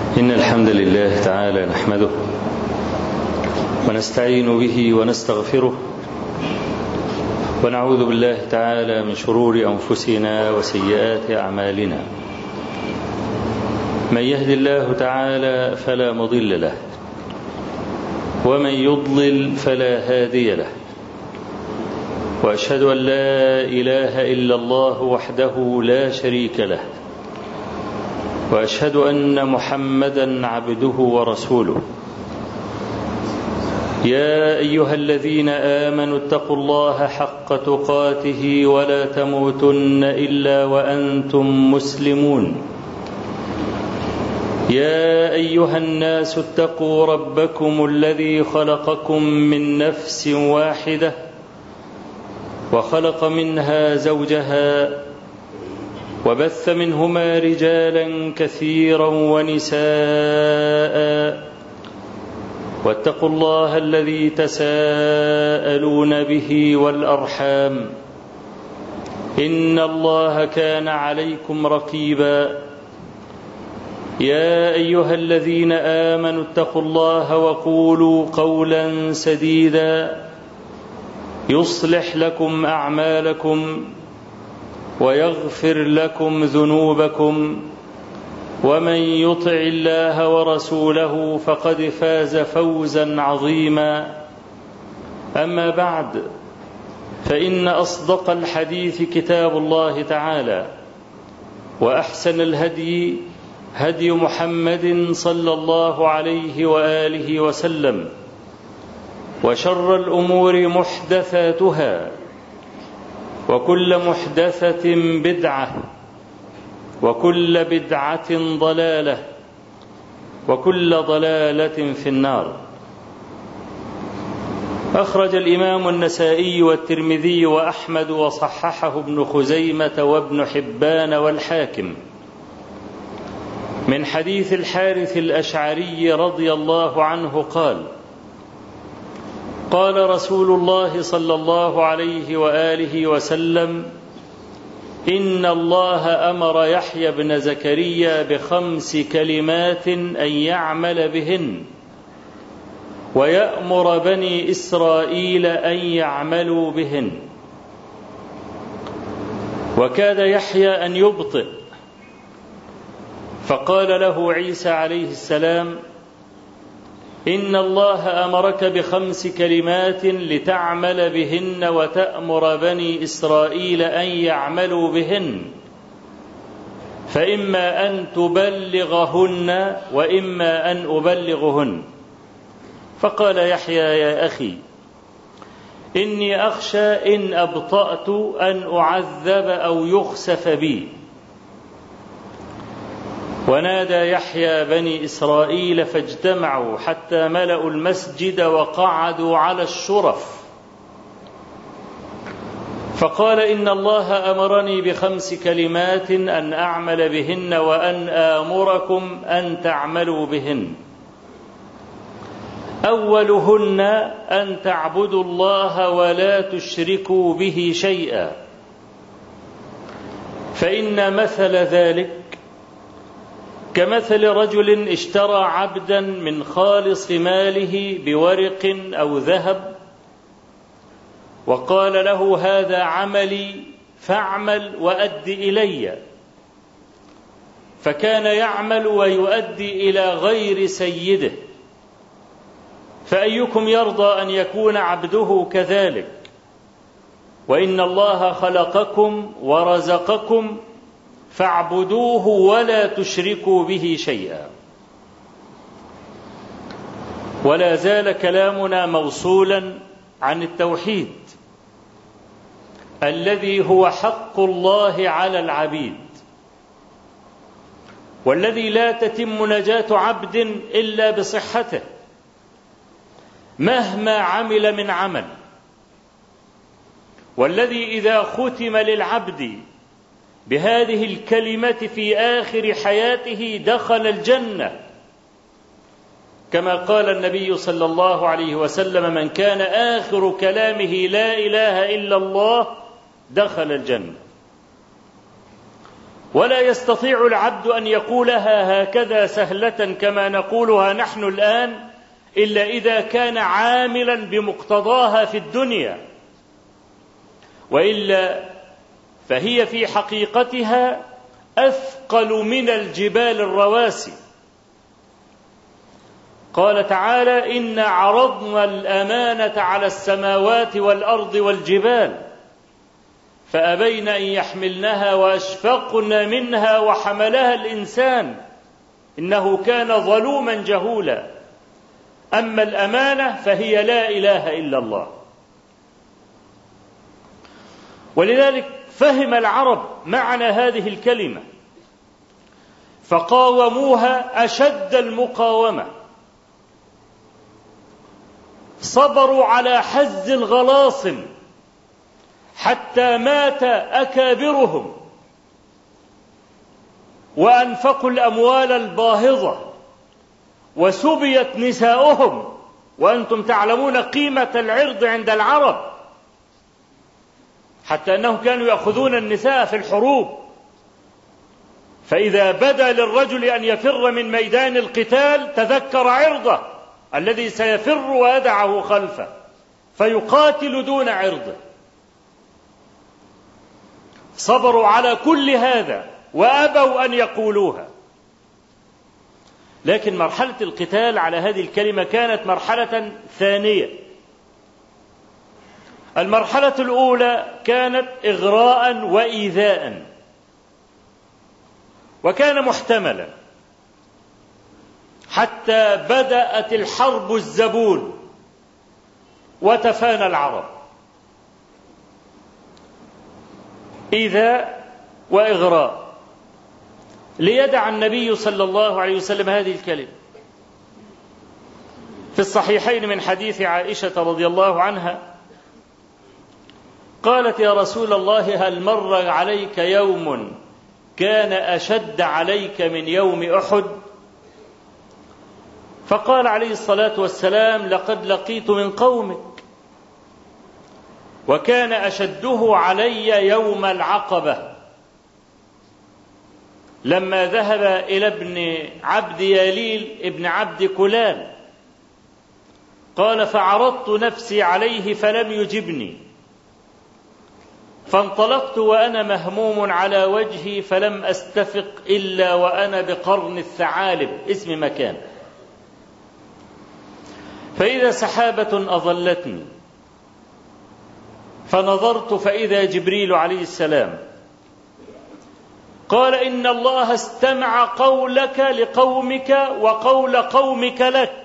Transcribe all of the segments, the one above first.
إن الحمد لله تعالى نحمده ونستعين به ونستغفره ونعوذ بالله تعالى من شرور أنفسنا وسيئات أعمالنا. من يهد الله تعالى فلا مضل له ومن يضلل فلا هادي له، وأشهد أن لا إله إلا الله وحده لا شريك له، وأشهد أن محمدا عبده ورسوله. يا أيها الذين آمنوا اتقوا الله حق تقاته ولا تموتن إلا وأنتم مسلمون. يا أيها الناس اتقوا ربكم الذي خلقكم من نفس واحدة وخلق منها زوجها وبث منهما رجالا كثيرا ونساء، واتقوا الله الذي تساءلون به والأرحام إن الله كان عليكم رقيبا. يا أيها الذين آمنوا اتقوا الله وقولوا قولا سديدا يصلح لكم أعمالكم ويغفر لكم ذنوبكم، ومن يطع الله ورسوله فقد فاز فوزا عظيما. أما بعد، فإن أصدق الحديث كتاب الله تعالى، وأحسن الهدي هدي محمد صلى الله عليه وآله وسلم، وشر الأمور محدثاتها، وكل محدثة بدعة، وكل بدعة ضلالة، وكل ضلالة في النار. أخرج الإمام النسائي والترمذي وأحمد وصححه ابن خزيمة وابن حبان والحاكم من حديث الحارث الأشعري رضي الله عنه قال: قال رسول الله صلى الله عليه وآله وسلم: إن الله أمر يحيى بن زكريا ب5 كلمات أن يعمل بهن، ويأمر بني إسرائيل أن يعملوا بهن. وكاد يحيى أن يبطئ، فقال له عيسى عليه السلام: إن الله أمرك ب5 كلمات لتعمل بهن وتأمر بني إسرائيل أن يعملوا بهن، فإما أن تبلغهن وإما أن أبلغهن. فقال يحيى: يا أخي، إني أخشى إن أبطأت أن أعذب أو يخسف بي. ونادى يحيى بني إسرائيل فاجتمعوا حتى ملأوا المسجد وقعدوا على الشرف، فقال: إن الله أمرني ب5 كلمات أن أعمل بهن وأن آمركم أن تعملوا بهن. أولهن أن تعبدوا الله ولا تشركوا به شيئا، فإن مثل ذلك كمثل رجل اشترى عبدا من خالص ماله بورق أو ذهب، وقال له: هذا عملي فاعمل وأد إلي. فكان يعمل ويؤدي إلى غير سيده، فأيكم يرضى أن يكون عبده كذلك؟ وإن الله خلقكم ورزقكم فاعبدوه ولا تشركوا به شيئا. ولا زال كلامنا موصولا عن التوحيد الذي هو حق الله على العبيد، والذي لا تتم نجاة عبد إلا بصحته مهما عمل من عمل، والذي إذا ختم للعبد بهذه الكلمة في آخر حياته دخل الجنة، كما قال النبي صلى الله عليه وسلم: من كان آخر كلامه لا إله إلا الله دخل الجنة. ولا يستطيع العبد أن يقولها هكذا سهلة كما نقولها نحن الآن إلا إذا كان عاملا بمقتضاها في الدنيا، وإلا فهي في حقيقتها أثقل من الجبال الرواسي. قال تعالى: إنا عرضنا الأمانة على السماوات والأرض والجبال فأبين أن يحملنها وأشفقن منها وحملها الإنسان إنه كان ظلوما جهولا. أما الأمانة فهي لا إله إلا الله. ولذلك فهم العرب معنى هذه الكلمة فقاوموها أشد المقاومة، صبروا على حز الغلاصم حتى مات أكابرهم، وأنفقوا الأموال الباهظة، وسبيت نساؤهم، وأنتم تعلمون قيمة العرض عند العرب، حتى أنهم كانوا يأخذون النساء في الحروب، فإذا بدا للرجل أن يفر من ميدان القتال تذكر عرضه الذي سيفر ويدعه خلفه فيقاتل دون عرضه. صبروا على كل هذا وأبوا أن يقولوها. لكن مرحلة القتال على هذه الكلمة كانت مرحلة ثانية. المرحلة الأولى كانت إغراء وإيذاء، وكان محتملا حتى بدأت الحرب الزبون وتفانى العرب. إيذاء وإغراء، ليدع النبي صلى الله عليه وسلم هذه الكلمة. في الصحيحين من حديث عائشة رضي الله عنها قالت: يا رسول الله، هل مر عليك يوم كان أشد عليك من يوم أحد؟ فقال عليه الصلاة والسلام: لقد لقيت من قومك، وكان أشده علي يوم العقبة لما ذهب إلى ابن عبد ياليل ابن عبد كلال. قال: فعرضت نفسي عليه فلم يجبني، فانطلقت وأنا مهموم على وجهي فلم أستفق إلا وأنا بقرن الثعالب، اسم مكان، فإذا سحابة أظلتني فنظرت فإذا جبريل عليه السلام قال: إن الله استمع قولك لقومك وقول قومك لك،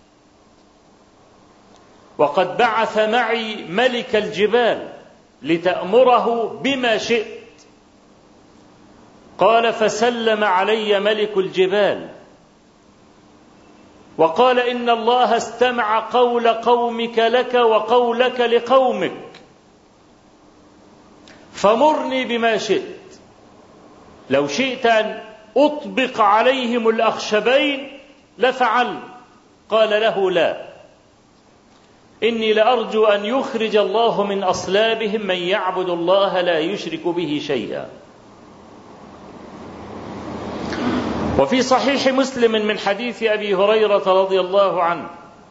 وقد بعث معي ملك الجبال لتأمره بما شئت. قال: فسلم علي ملك الجبال وقال: إن الله استمع قول قومك لك وقولك لقومك، فمرني بما شئت، لو شئت أن أطبق عليهم الأخشبين لفعل. قال له: لا، إني لأرجو أن يخرج الله من أصلابهم من يعبد الله لا يشرك به شيئا. وفي صحيح مسلم من حديث أبي هريرة رضي الله عنه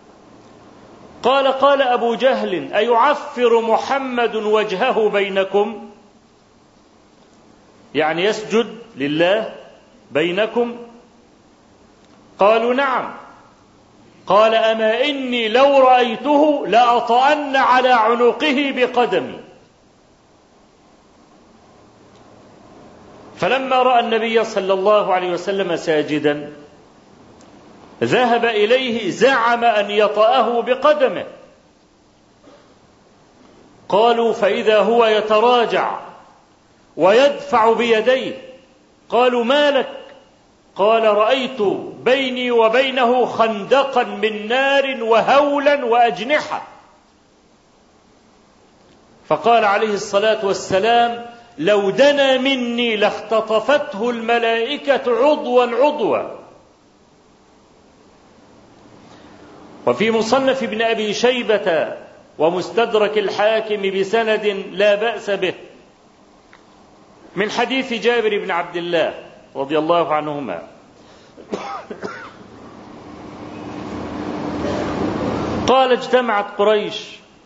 قال أبو جهل: أيعفر محمد وجهه بينكم؟ يعني يسجد لله بينكم؟ قالوا: نعم. قال: أما إني لو رأيته لأطأن على عنقه بقدمي. فلما رأى النبي صلى الله عليه وسلم ساجدا ذهب إليه، زعم أن يطأه بقدمه. قالوا: فإذا هو يتراجع ويدفع بيديه. قالوا: ما لك؟ قال: رأيت بيني وبينه خندقا من نار وهولا وأجنحة. فقال عليه الصلاة والسلام: لو دنا مني لاختطفته الملائكة عضوا عضوا. وفي مصنف ابن أبي شيبة ومستدرك الحاكم بسند لا بأس به من حديث جابر بن عبد الله رضي الله عنهما قال: اجتمعت قريش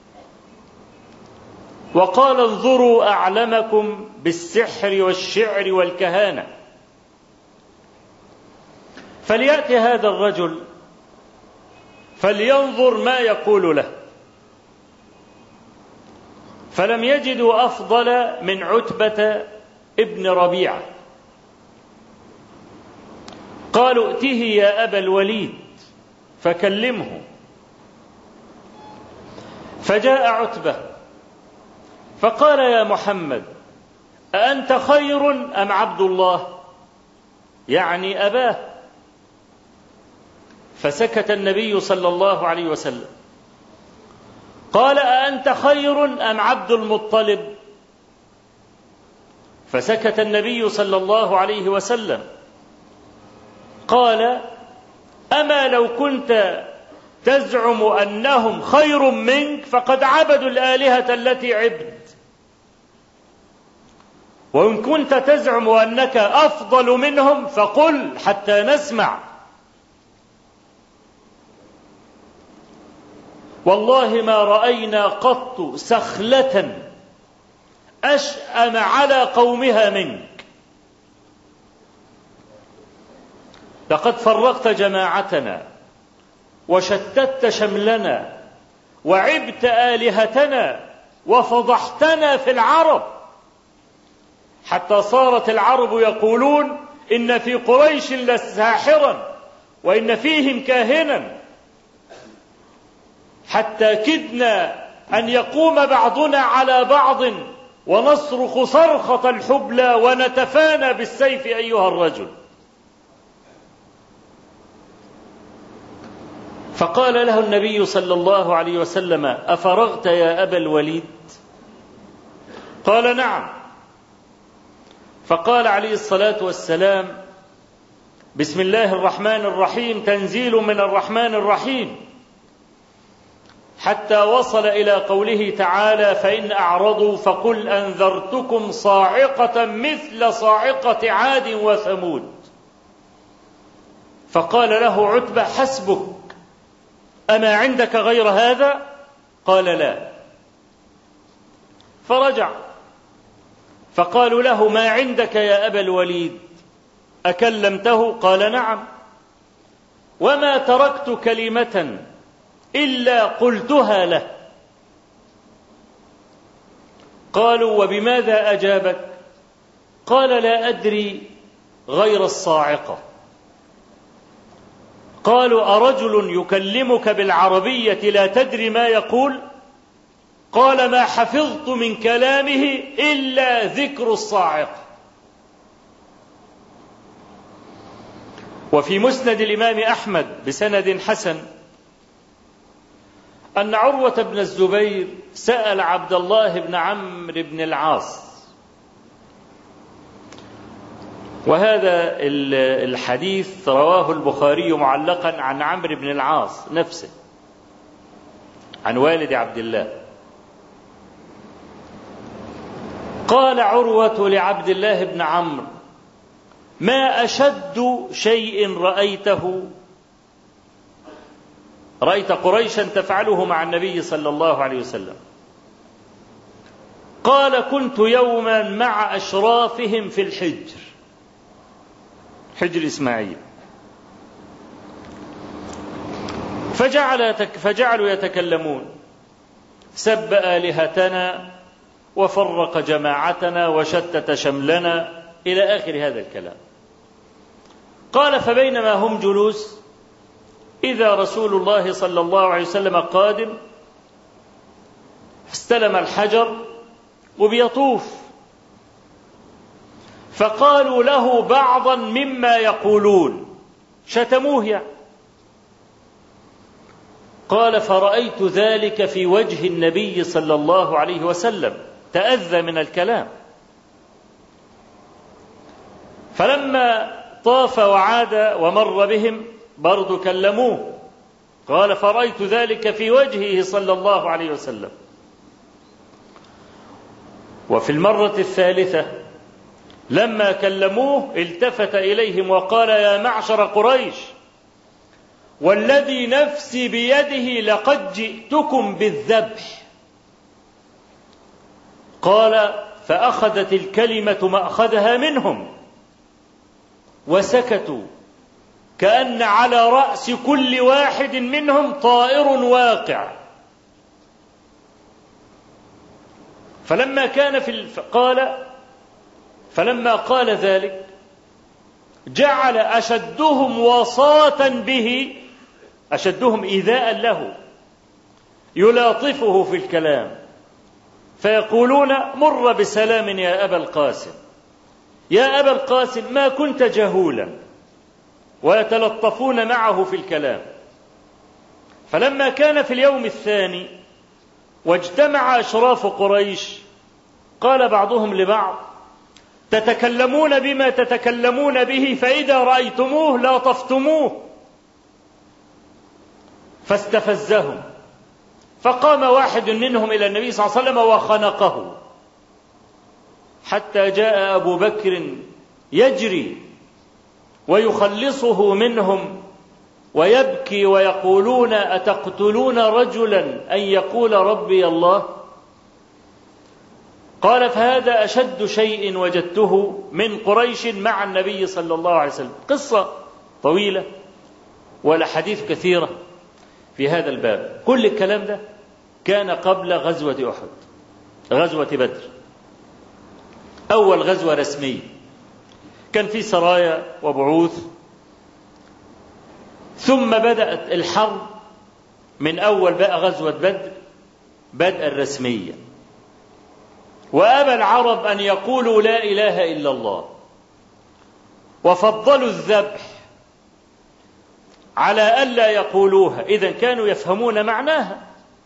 وقال: انظروا أعلمكم بالسحر والشعر والكهانة، فليأتي هذا الرجل فلينظر ما يقول له. فلم يجدوا أفضل من عتبة ابن ربيعة، قالوا: ائته يا أبا الوليد فكلمه. فجاء عتبة فقال: يا محمد، أأنت خير أم عبد الله؟ يعني أباه. فسكت النبي صلى الله عليه وسلم. قال: أأنت خير أم عبد المطلب؟ فسكت النبي صلى الله عليه وسلم. قال: أما لو كنت تزعم أنهم خير منك فقد عبدوا الآلهة التي عبدت، وإن كنت تزعم أنك أفضل منهم فقل حتى نسمع. والله ما رأينا قط سخلة أشأم على قومها منك، لقد فرقت جماعتنا وشتت شملنا وعبت آلهتنا وفضحتنا في العرب، حتى صارت العرب يقولون إن في قريش لساحرا وإن فيهم كاهنا، حتى كدنا أن يقوم بعضنا على بعض ونصرخ صرخة الحبلى ونتفانى بالسيف أيها الرجل. فقال له النبي صلى الله عليه وسلم: أفرغت يا أبا الوليد؟ قال: نعم. فقال عليه الصلاة والسلام: بسم الله الرحمن الرحيم، تنزيل من الرحمن الرحيم، حتى وصل إلى قوله تعالى: فإن أعرضوا فقل أنذرتكم صاعقة مثل صاعقة عاد وثمود. فقال له عتبة: حسبك، أما عندك غير هذا؟ قال: لا. فرجع فقالوا له: ما عندك يا أبا الوليد؟ أكلمته؟ قال: نعم. وما تركت كلمة إلا قلتها له. قالوا: وبماذا أجابك؟ قال: لا أدري غير الصاعقة. قالوا: أرجل يكلمك بالعربية لا تدري ما يقول؟ قال: ما حفظت من كلامه إلا ذكر الصاعقة. وفي مسند الإمام أحمد بسند حسن أن عروة بن الزبير سأل عبد الله بن عمرو بن العاص، وهذا الحديث رواه البخاري معلقا عن عمرو بن العاص نفسه، عن والد عبد الله. قال عروة لعبد الله بن عمرو: ما أشد شيء رأيت قريشا تفعله مع النبي صلى الله عليه وسلم؟ قال: كنت يوما مع أشرافهم في الحجر، حجر إسماعيل، فجعلوا يتكلمون: سب آلهتنا وفرق جماعتنا وشتت شملنا إلى آخر هذا الكلام. قال: فبينما هم جلوس إذا رسول الله صلى الله عليه وسلم قادم، استلم الحجر وبيطوف، فقالوا له بعضا مما يقولون، شتموه يعني. قال: فرأيت ذلك في وجه النبي صلى الله عليه وسلم، تأذى من الكلام. فلما طاف وعاد ومر بهم برضو كلموه. قال: فرأيت ذلك في وجهه صلى الله عليه وسلم. وفي المرة الثالثة لما كلموه التفت إليهم وقال: يا معشر قريش، والذي نفسي بيده لقد جئتكم بالذبح. قال: فأخذت الكلمة مأخذها منهم وسكتوا، كأن على رأس كل واحد منهم طائر واقع. فلما قال ذلك جعل أشدهم وصاة به، أشدهم إيذاء له، يلاطفه في الكلام، فيقولون: مر بسلام يا أبا القاسم، يا أبا القاسم ما كنت جهولا، ويتلطفون معه في الكلام. فلما كان في اليوم الثاني واجتمع أشراف قريش، قال بعضهم لبعض: تتكلمون بما تتكلمون به، فإذا رأيتموه لاطفتموه. فاستفزهم، فقام واحد منهم إلى النبي صلى الله عليه وسلم وخنقه، حتى جاء أبو بكر يجري ويخلصه منهم ويبكي ويقولون: أتقتلون رجلا أن يقول ربي الله؟ قال: فهذا أشد شيء وجدته من قريش مع النبي صلى الله عليه وسلم. قصة طويلة والأحاديث كثيرة في هذا الباب. كل الكلام ده كان قبل غزوة أحد، غزوة بدر، أول غزوة رسمية. كان في سرايا وبعوث، ثم بدأت الحرب من أول بقى غزوة بدر بدءا رسميا. وأبى العرب أن يقولوا لا إله إلا الله، وفضلوا الذبح على ألا يقولوها، إذن كانوا يفهمون معناها،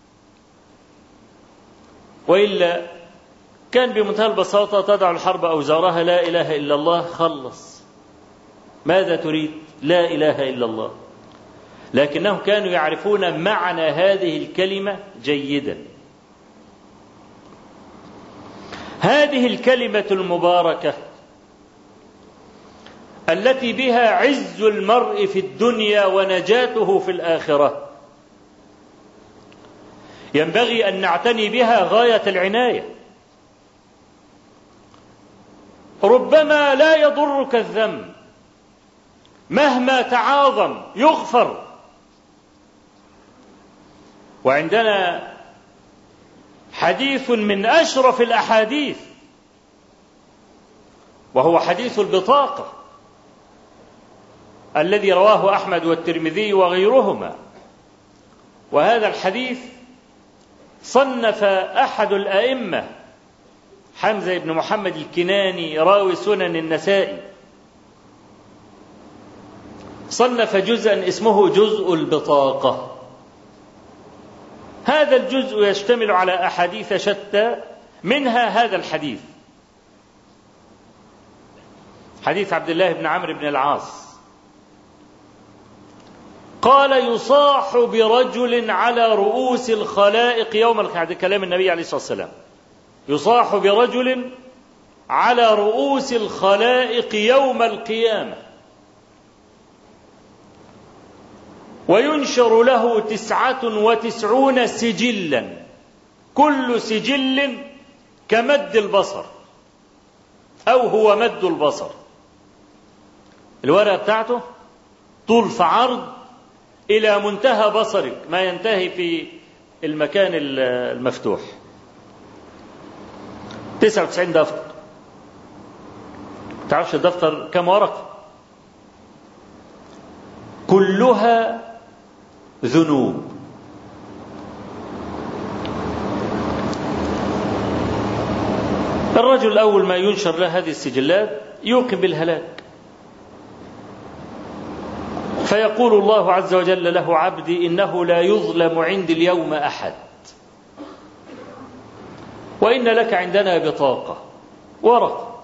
وإلا كان بمنتهى البساطة تدع الحرب أوزارها: لا إله إلا الله، خلص. ماذا تريد؟ لا إله إلا الله. لكنهم كانوا يعرفون معنى هذه الكلمة جيدا. هذه الكلمة المباركة التي بها عز المرء في الدنيا ونجاته في الآخرة، ينبغي أن نعتني بها غاية العناية. ربما لا يضرك الذنب مهما تعاظم، يغفر. وعندنا حديث من أشرف الأحاديث، وهو حديث البطاقة الذي رواه أحمد والترمذي وغيرهما. وهذا الحديث صنف أحد الأئمة حمزة بن محمد الكناني راوي سنن النسائي، صنف جزءا اسمه جزء البطاقة. هذا الجزء يشتمل على أحاديث شتى، منها هذا الحديث، حديث عبد الله بن عمرو بن العاص، قال: يصاح برجل على رؤوس الخلائق يوم القيامة. هذا كلام النبي عليه الصلاة والسلام. يصاح برجل على رؤوس الخلائق يوم القيامة، وينشر له 99 سجلا، كل سجل كمد البصر أو هو مد البصر. الورقة بتاعته طول في عرض إلى منتهى بصرك، ما ينتهي في المكان المفتوح. 99 دفتر. تعرفش الدفتر كم ورقة؟ كلها ذنوب. الرجل أول ما ينشر له هذه السجلات يوقن بالهلاك، فيقول الله عز وجل له: عبدي إنه لا يظلم عندي اليوم أحد، وإن لك عندنا بطاقة، ورقة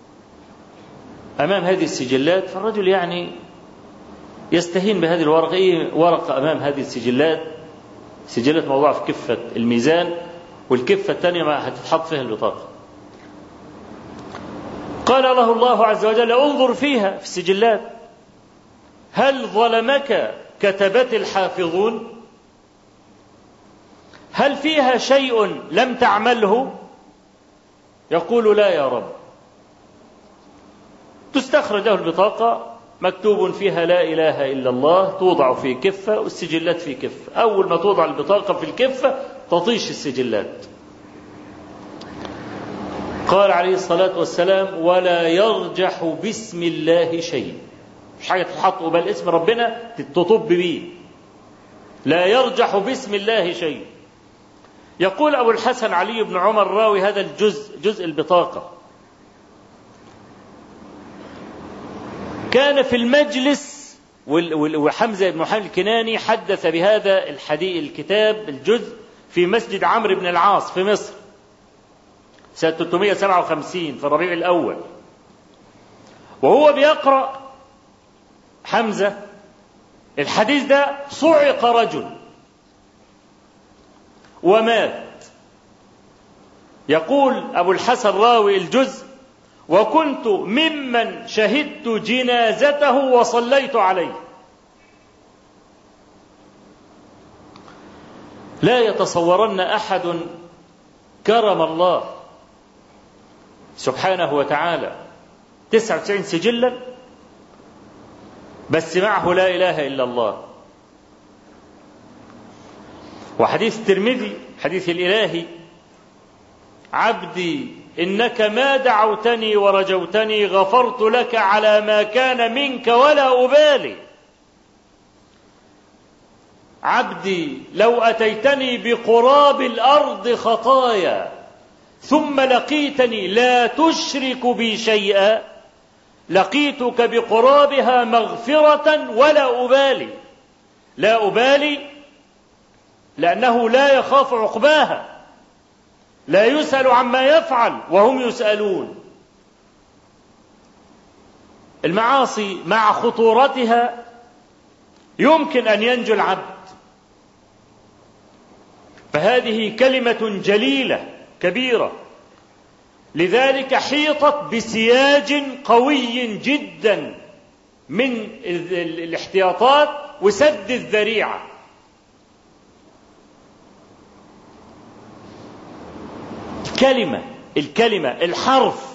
أمام هذه السجلات. فالرجل يعني يستهين بهذه الورقة. إيه ورقة أمام هذه السجلات؟ سجلات موضوعة في كفة الميزان، والكفة الثانية ما هتتحط فيها البطاقة. قال له الله عز وجل انظر فيها في السجلات هل ظلمك كتبت الحافظون؟ هل فيها شيء لم تعمله؟ يقول لا يا رب. تستخرج له البطاقة مكتوب فيها لا إله إلا الله، توضع في كفة والسجلات في كفة. أول ما توضع البطاقة في الكفة تطيش السجلات. قال عليه الصلاة والسلام ولا يرجح باسم الله شيء، مش حاجة تتحط قبال اسم ربنا تطب بيه، لا يرجح باسم الله شيء. يقول أبو الحسن علي بن عمر راوي هذا الجزء، جزء البطاقة، كان في المجلس وحمزة بن محمد الكناني حدث بهذا الحديث الكتاب الجزء في مسجد عمرو بن العاص في مصر سنة 357 في الربيع الأول. وهو بيقرأ حمزة الحديث ده صعق رجل ومات. يقول أبو الحسن راوي الجزء وكنت ممن شهدت جنازته وصليت عليه. لا يتصورن أحد كرم الله سبحانه وتعالى 99 سجلا بس معه لا إله إلا الله. وحديث الترمذي حديث الإلهي عبدي إنك ما دعوتني ورجوتني غفرت لك على ما كان منك ولا أبالي. عبدي لو أتيتني بقراب الأرض خطايا ثم لقيتني لا تشرك بي شيئا لقيتك بقرابها مغفرة ولا أبالي. لا أبالي لأنه لا يخاف عقباها، لا يسأل عما يفعل وهم يسألون. المعاصي مع خطورتها يمكن أن ينجو العبد، فهذه كلمة جليلة كبيرة، لذلك حيطت بسياج قوي جدا من الاحتياطات وسد الذريعة. الكلمة الحرف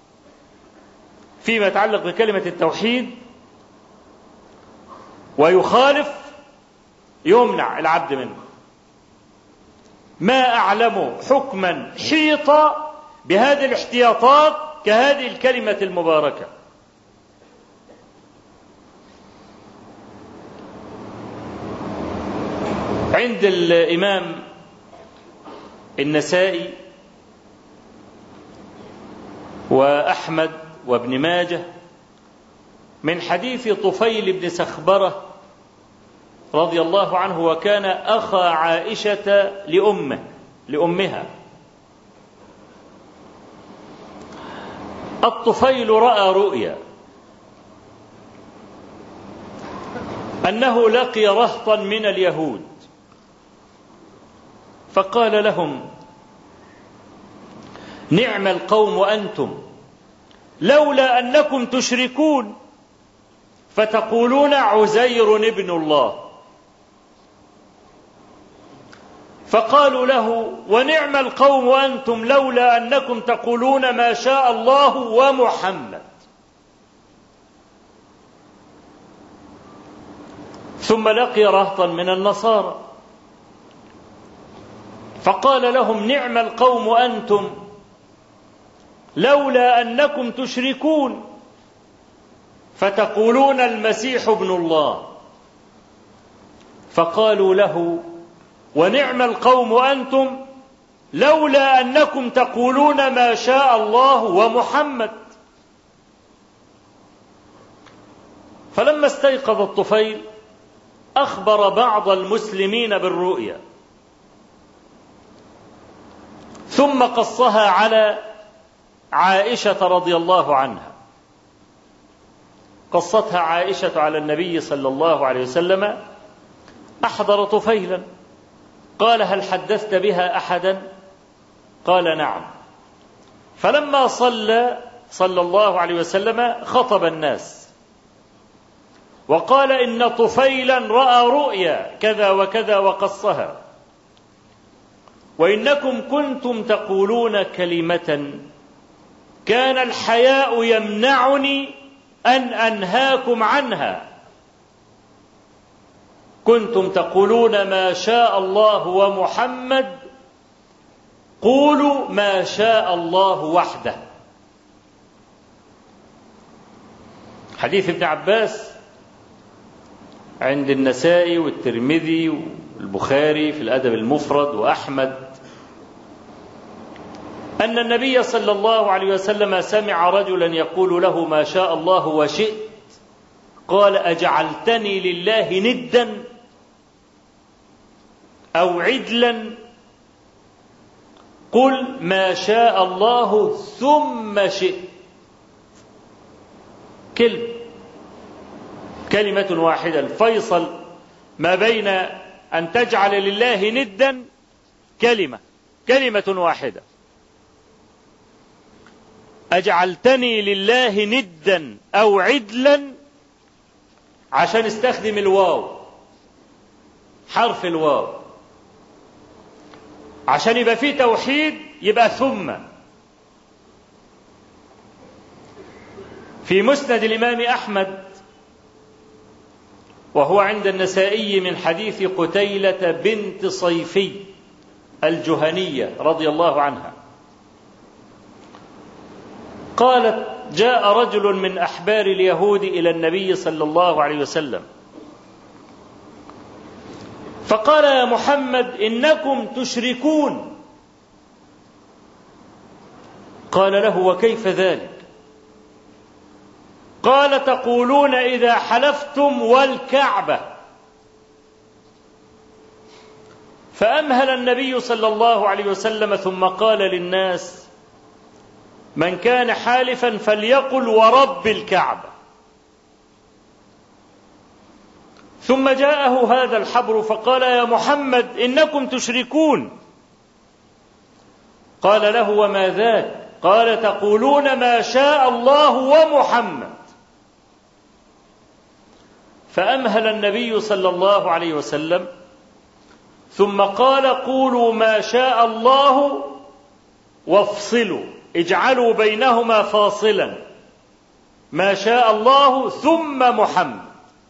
فيما يتعلق بكلمة التوحيد ويخالف يمنع العبد منه. ما أعلم حكما حيط بهذه الاحتياطات كهذه الكلمة المباركة. عند الإمام النسائي وأحمد وابن ماجه من حديث طفيل بن سخبرة رضي الله عنه، وكان أخا عائشة لأمها. الطفيل رأى رؤيا أنه لقي رهطا من اليهود فقال لهم نعم القوم أنتم لولا أنكم تشركون فتقولون عزير ابن الله. فقالوا له ونعم القوم أنتم لولا أنكم تقولون ما شاء الله ومحمد. ثم لقي رهطا من النصارى فقال لهم نعم القوم أنتم لولا أنكم تشركون فتقولون المسيح ابن الله. فقالوا له ونعم القوم أنتم لولا أنكم تقولون ما شاء الله ومحمد. فلما استيقظ الطفيل أخبر بعض المسلمين بالرؤيا ثم قصها على عائشة رضي الله عنها. قصتها عائشة على النبي صلى الله عليه وسلم. أحضر طفيلا قال هل حدثت بها أحدا؟ قال نعم. فلما صلى صلى الله عليه وسلم خطب الناس وقال إن طفيلا رأى رؤيا كذا وكذا وقصها، وإنكم كنتم تقولون كلمة كان الحياء يمنعني أن أنهاكم عنها، كنتم تقولون ما شاء الله ومحمد، قولوا ما شاء الله وحده. حديث ابن عباس عند النسائي والترمذي والبخاري في الأدب المفرد وأحمد أن النبي صلى الله عليه وسلم سمع رجلا يقول له ما شاء الله وشئت، قال أجعلتني لله ندا أو عدلا، قل ما شاء الله ثم شئت. كلمة واحدة، الفيصل ما بين أن تجعل لله ندا كلمة واحدة، أجعلتني لله ندا أو عدلا، عشان استخدم الواو، حرف الواو، عشان يبقى فيه توحيد يبقى ثم. في مسند الإمام أحمد وهو عند النسائي من حديث قتيلة بنت صيفي الجهنية رضي الله عنها قالت جاء رجل من أحبار اليهود إلى النبي صلى الله عليه وسلم فقال يا محمد إنكم تشركون. قال له وكيف ذلك؟ قال تقولون إذا حلفتم والكعبة. فأمهل النبي صلى الله عليه وسلم ثم قال للناس من كان حالفا فليقل ورب الكعبة. ثم جاءه هذا الحبر فقال يا محمد إنكم تشركون. قال له وما ذاك؟ قال تقولون ما شاء الله ومحمد. فأمهل النبي صلى الله عليه وسلم ثم قال قولوا ما شاء الله وافصلوا، اجعلوا بينهما فاصلا، ما شاء الله ثم محمد.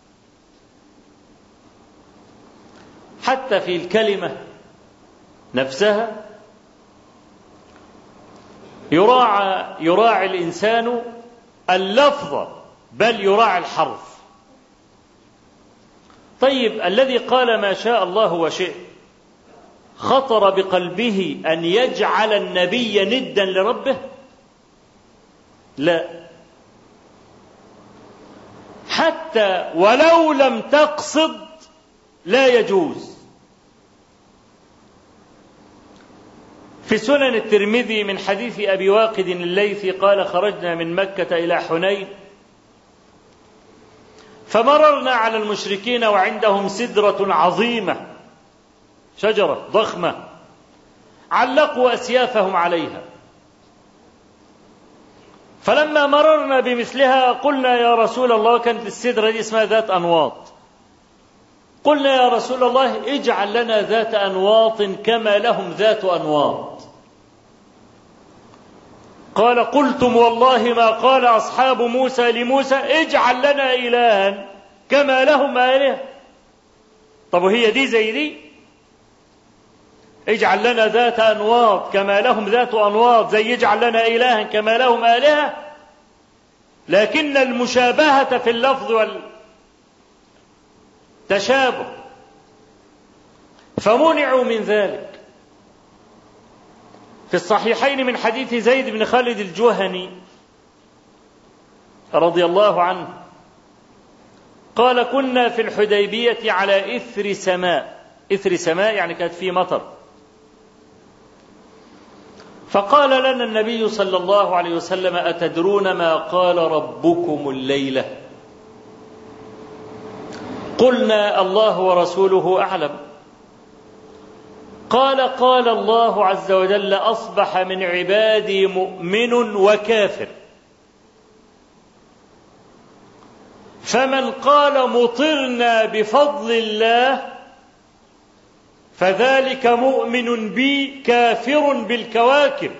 حتى في الكلمة نفسها يراعي الإنسان اللفظ بل يراعي الحرف. طيب الذي قال ما شاء الله وشئت خطر بقلبه أن يجعل النبي ندا لربه؟ لا، حتى ولو لم تقصد لا يجوز. في سنن الترمذي من حديث أبي واقد الليثي قال خرجنا من مكة إلى حنين فمررنا على المشركين وعندهم سدرة عظيمة، شجرة ضخمة علقوا أسيافهم عليها، فلما مررنا بمثلها قلنا يا رسول الله، كانت السدرة دي اسمها ذات أنواط، قلنا يا رسول الله اجعل لنا ذات أنواط كما لهم ذات أنواط. قال قلتم والله ما قال أصحاب موسى لموسى اجعل لنا إلها كما لهم آلهة. طب وهي دي زي دي؟ اجعل لنا ذات أنواط كما لهم ذات أنواط زي اجعل لنا إلها كما لهم آلهة؟ لكن المشابهة في اللفظ والتشابه فمنعوا من ذلك. في الصحيحين من حديث زيد بن خالد الجهني رضي الله عنه قال كنا في الحديبية على إثر سماء، إثر سماء يعني كانت في مطر، فقال لنا النبي صلى الله عليه وسلم أتدرون ما قال ربكم الليلة؟ قلنا الله ورسوله أعلم. قال قال الله عز وجل أصبح من عبادي مؤمن وكافر. فمن قال مطرنا بفضل الله فذلك مؤمن بي كافر بالكواكب،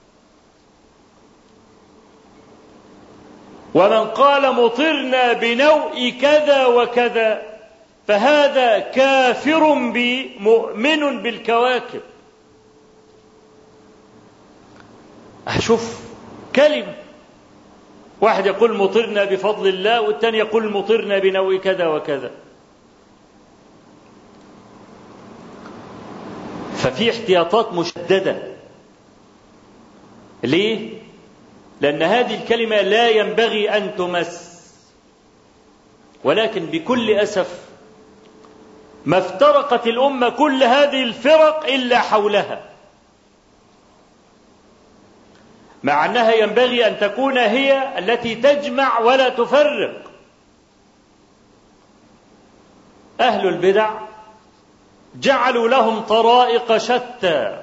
ومن قال مطرنا بنوء كذا وكذا فهذا كافر بي مؤمن بالكواكب. أشوف كلمة، واحد يقول مطرنا بفضل الله والثاني يقول مطرنا بنوء كذا وكذا. ففي احتياطات مشددة. ليه؟ لأن هذه الكلمة لا ينبغي أن تمس، ولكن بكل أسف ما افترقت الأمة كل هذه الفرق إلا حولها، مع أنها ينبغي أن تكون هي التي تجمع ولا تفرق. أهل البدع جعلوا لهم طرائق شتى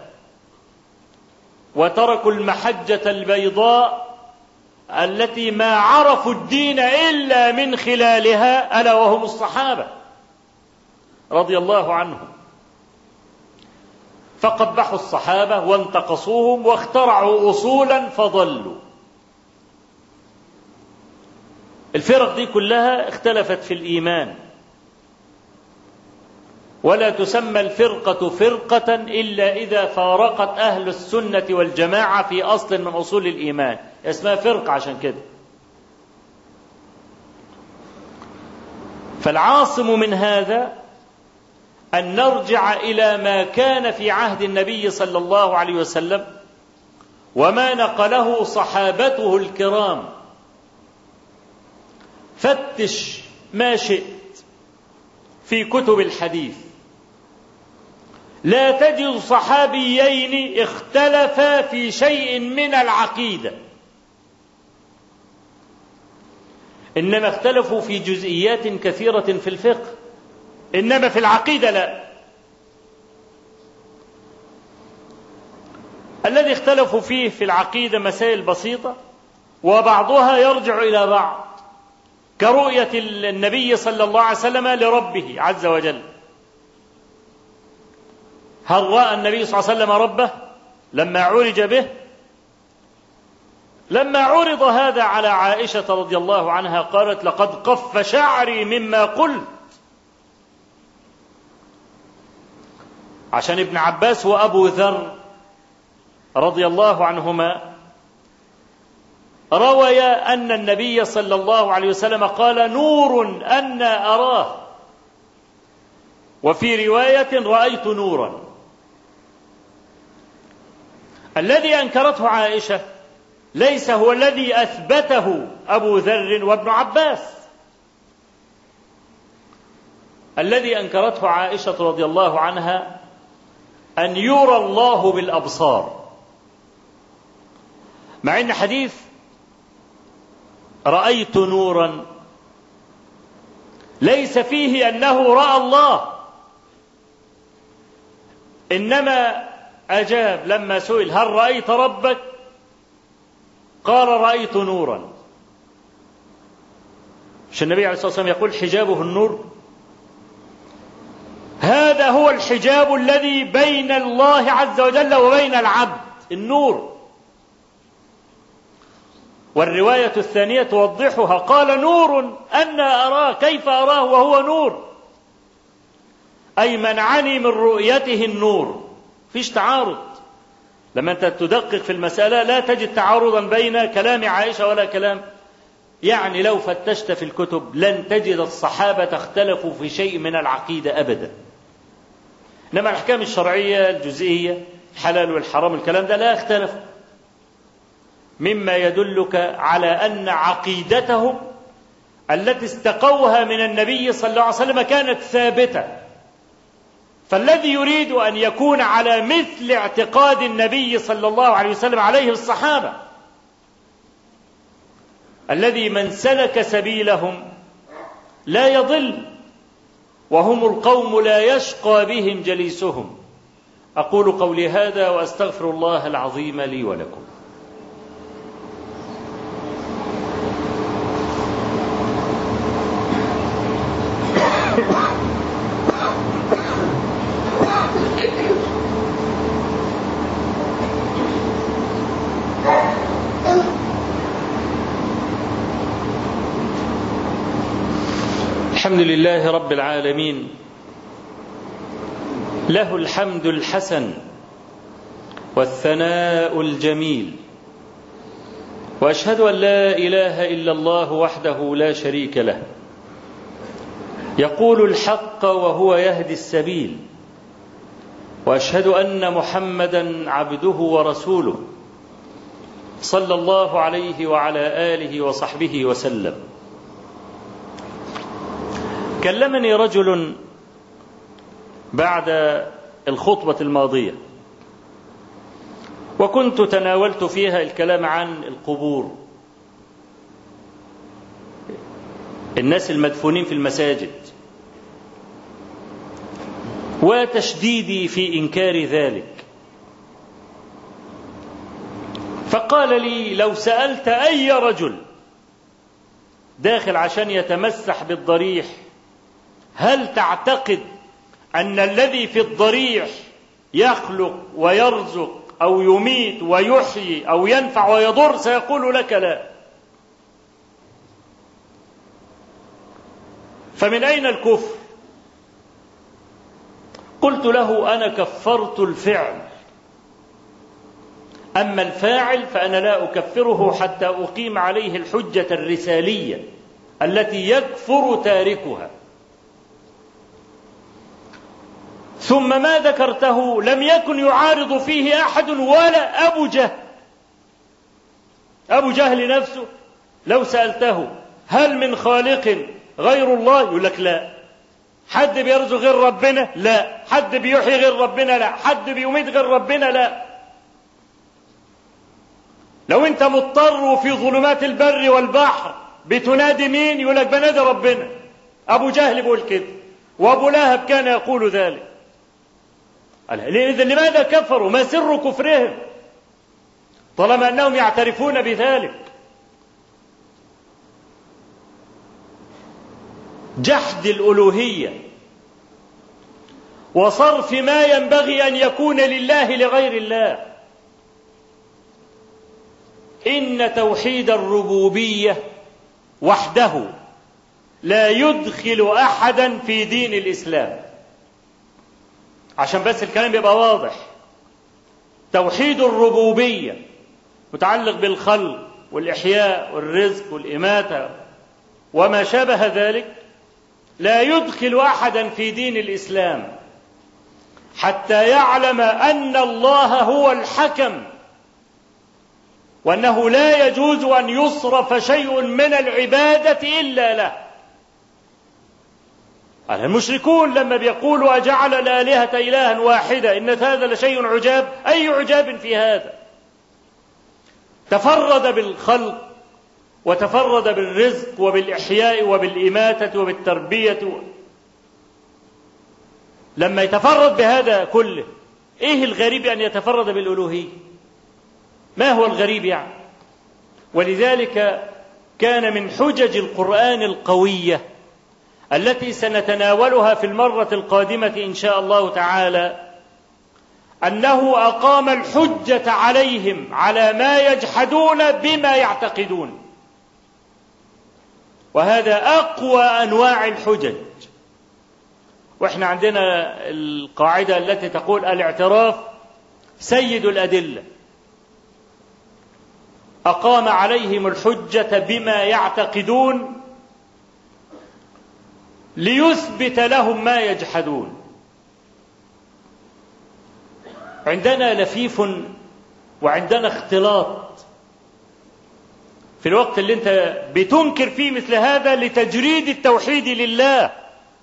وتركوا المحجة البيضاء التي ما عرفوا الدين إلا من خلالها، ألا وهم الصحابة رضي الله عنهم. فقبحوا الصحابة وانتقصوهم واخترعوا أصولا فضلوا. الفرق دي كلها اختلفت في الإيمان، ولا تسمى الفرقة فرقة إلا إذا فارقت أهل السنة والجماعة في أصل من أصول الإيمان، اسمها فرقة عشان كده. فالعاصم من هذا أن نرجع إلى ما كان في عهد النبي صلى الله عليه وسلم وما نقله صحابته الكرام. فتش ما شئت في كتب الحديث، لا تجد صحابيين اختلفا في شيء من العقيدة، إنما اختلفوا في جزئيات كثيرة في الفقه، إنما في العقيدة لا. الذي اختلفوا فيه في العقيدة مسائل بسيطة وبعضها يرجع إلى بعض، كرؤية النبي صلى الله عليه وسلم لربه عز وجل. هل رأى النبي صلى الله عليه وسلم ربه لما عرج به؟ لما عرض هذا على عائشة رضي الله عنها قالت لقد قف شعري مما قلت، عشان ابن عباس وأبو ذر رضي الله عنهما رويا أن النبي صلى الله عليه وسلم قال نور أنا أراه، وفي رواية رأيت نورا. الذي أنكرته عائشة ليس هو الذي أثبته أبو ذر وابن عباس، الذي أنكرته عائشة رضي الله عنها أن يرى الله بالأبصار، مع أن حديث رأيت نورا ليس فيه أنه رأى الله، إنما أجاب لما سئل هل رأيت ربك قال رأيت نورا. مش النبي عليه الصلاة والسلام يقول حجابه النور؟ هذا هو الحجاب الذي بين الله عز وجل وبين العبد، النور. والرواية الثانية توضحها، قال نور أنا أراه، كيف أراه وهو نور؟ أي منعني من رؤيته النور. فيش تعارض، لما أنت تدقق في المسألة لا تجد تعارضا بين كلام عائشة ولا كلام، يعني لو فتشت في الكتب لن تجد الصحابة اختلفوا في شيء من العقيدة أبدا. إنما الأحكام الشرعية الجزئية الحلال والحرام الكلام ده لا اختلف، مما يدلك على أن عقيدتهم التي استقوها من النبي صلى الله عليه وسلم كانت ثابتة. فالذي يريد أن يكون على مثل اعتقاد النبي صلى الله عليه وسلم عليه الصحابة، الذي من سلك سبيلهم لا يضل، وهم القوم لا يشقى بهم جليسهم. أقول قولي هذا وأستغفر الله العظيم لي ولكم. الحمد لله رب العالمين، له الحمد الحسن والثناء الجميل، وأشهد أن لا إله إلا الله وحده لا شريك له، يقول الحق وهو يهدي السبيل، وأشهد أن محمدا عبده ورسوله صلى الله عليه وعلى آله وصحبه وسلم. كلمني رجل بعد الخطبة الماضية، وكنت تناولت فيها الكلام عن القبور، الناس المدفونين في المساجد، وتشديدي في إنكار ذلك. فقال لي: لو سألت أي رجل داخل عشان يتمسح بالضريح: هل تعتقد أن الذي في الضريح يخلق ويرزق أو يميت ويحيي أو ينفع ويضر؟ سيقول لك لا. فمن أين الكفر؟ قلت له: أنا كفرت الفعل، أما الفاعل فأنا لا أكفره حتى أقيم عليه الحجة الرسالية التي يكفر تاركها. ثم ما ذكرته لم يكن يعارض فيه أحد ولا أبو جهل. أبو جهل نفسه لو سألته: هل من خالق غير الله؟ يقول لك لا. حد بيرزق غير ربنا؟ لا. حد بيحيي غير ربنا؟ لا. حد بيميت غير ربنا؟ لا. لو انت مضطر وفي ظلمات البر والبحر بتنادي مين؟ يقول لك بنادي ربنا. أبو جهل بيقول كده، وأبو لهب كان يقول ذلك. إذن لماذا كفروا؟ ما سر كفرهم طالما أنهم يعترفون بذلك؟ جحد الألوهية وصرف ما ينبغي أن يكون لله لغير الله. إن توحيد الربوبية وحده لا يدخل أحدا في دين الإسلام. عشان بس الكلام يبقى واضح، توحيد الربوبية متعلق بالخلق والإحياء والرزق والإماتة وما شابه ذلك، لا يدخل أحدا في دين الإسلام حتى يعلم أن الله هو الحكم، وأنه لا يجوز أن يصرف شيء من العبادة إلا له. المشركون لما بيقولوا: أجعل الآلهة إلها واحدة إن هذا لشيء عجاب، أي عجاب في هذا؟ تفرد بالخلق وتفرد بالرزق وبالإحياء وبالإماتة وبالتربية. لما يتفرد بهذا كله، إيه الغريب أن يتفرد بالألوهية؟ ما هو الغريب يعني؟ ولذلك كان من حجج القرآن القوية التي سنتناولها في المرة القادمة إن شاء الله تعالى أنه أقام الحجة عليهم على ما يجحدون بما يعتقدون، وهذا أقوى أنواع الحجج. وإحنا عندنا القاعدة التي تقول: الاعتراف سيد الأدلة. أقام عليهم الحجة بما يعتقدون ليثبت لهم ما يجحدون. عندنا لفيف وعندنا اختلاط في الوقت اللي انت بتنكر فيه مثل هذا لتجريد التوحيد لله.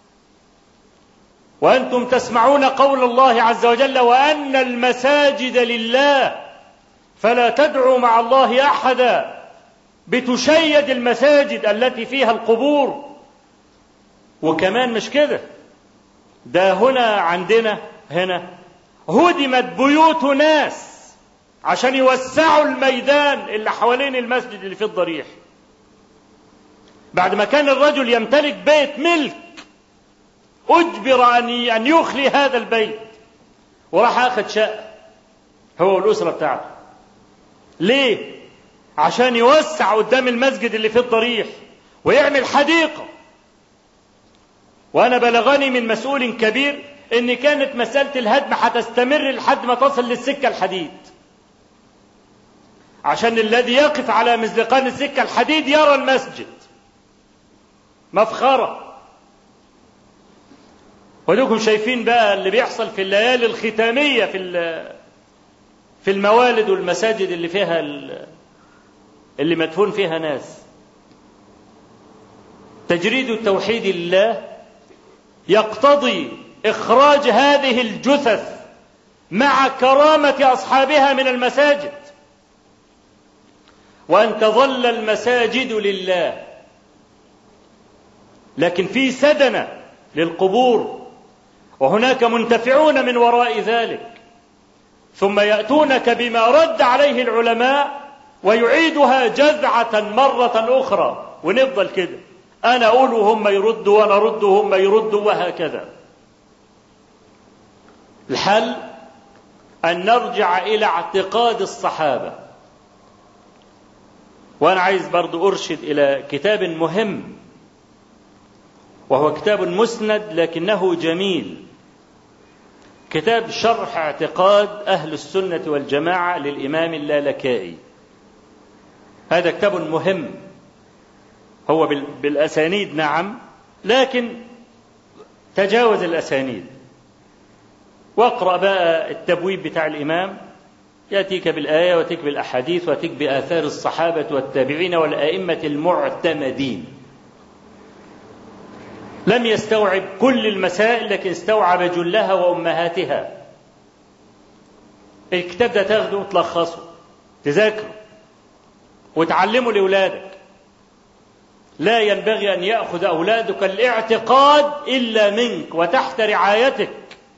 وأنتم تسمعون قول الله عز وجل: وأن المساجد لله فلا تدعوا مع الله أحدا. بتشيد المساجد التي فيها القبور. وكمان مش كده، ده هنا عندنا هنا هدمت بيوت ناس عشان يوسعوا الميدان اللي حوالين المسجد اللي فيه الضريح. بعد ما كان الرجل يمتلك بيت ملك أجبر أن يخلي هذا البيت، وراح أخذ شقة هو والأسرة بتاعته. ليه؟ عشان يوسع قدام المسجد اللي فيه الضريح ويعمل حديقة وأنا بلغني من مسؤول كبير إن كانت مسألة الهدم هتستمر لحد ما تصل للسكة الحديد، عشان الذي يقف على مزلقان السكة الحديد يرى المسجد. مفخرة. ودوكم شايفين بقى اللي بيحصل في الليالي الختامية في الموالد والمساجد اللي فيها اللي مدفون فيها ناس. تجريد التوحيد لله يقتضي إخراج هذه الجثث مع كرامة أصحابها من المساجد، وأن تظل المساجد لله، لكن في سدنة للقبور، وهناك منتفعون من وراء ذلك، ثم يأتونك بما رد عليه العلماء ويعيدها جذعة مرة أخرى، ونفضل كده، أنا أقول وهم يردوا وأنا أرد وهم يردوا، وهكذا. الحل أن نرجع إلى اعتقاد الصحابة. وأنا عايز برضو أرشد إلى كتاب مهم، وهو كتاب مسند لكنه جميل، كتاب شرح اعتقاد أهل السنة والجماعة للإمام اللالكائي. هذا كتاب مهم، هو بالأسانيد نعم، لكن تجاوز الأسانيد، واقرأ بقى التبويب بتاع الإمام، يأتيك بالآية ويأتيك بالأحاديث ويأتيك بآثار الصحابة والتابعين والأئمة المعتمدين. لم يستوعب كل المسائل لكن استوعب جلها وأمهاتها. الكتاب ده تاخده وتلخصه، تذاكره وتعلمه لأولادك. لا ينبغي أن يأخذ أولادك الاعتقاد إلا منك وتحت رعايتك،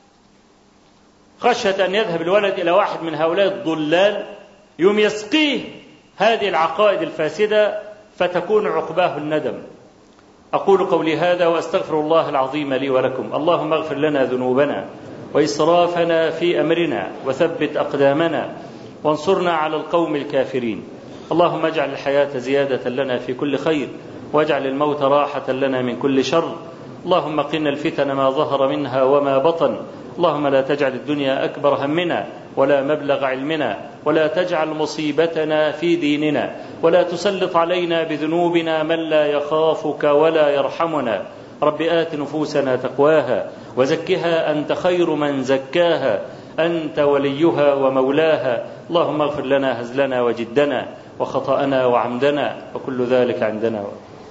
خشية أن يذهب الولد إلى واحد من هؤلاء الضلال يوم يسقيه هذه العقائد الفاسدة فتكون عقباه الندم. أقول قولي هذا وأستغفر الله العظيم لي ولكم. اللهم اغفر لنا ذنوبنا وإسرافنا في أمرنا وثبت أقدامنا وانصرنا على القوم الكافرين. اللهم اجعل الحياة زيادة لنا في كل خير، واجعل الموت راحة لنا من كل شر. اللهم قنا الفتن ما ظهر منها وما بطن. اللهم لا تجعل الدنيا أكبر همنا ولا مبلغ علمنا، ولا تجعل مصيبتنا في ديننا، ولا تسلط علينا بذنوبنا من لا يخافك ولا يرحمنا. رب آت نفوسنا تقواها وزكها أنت خير من زكاها، أنت وليها ومولاها. اللهم اغفر لنا هزلنا وجدنا وخطأنا وعمدنا، وكل ذلك عندنا.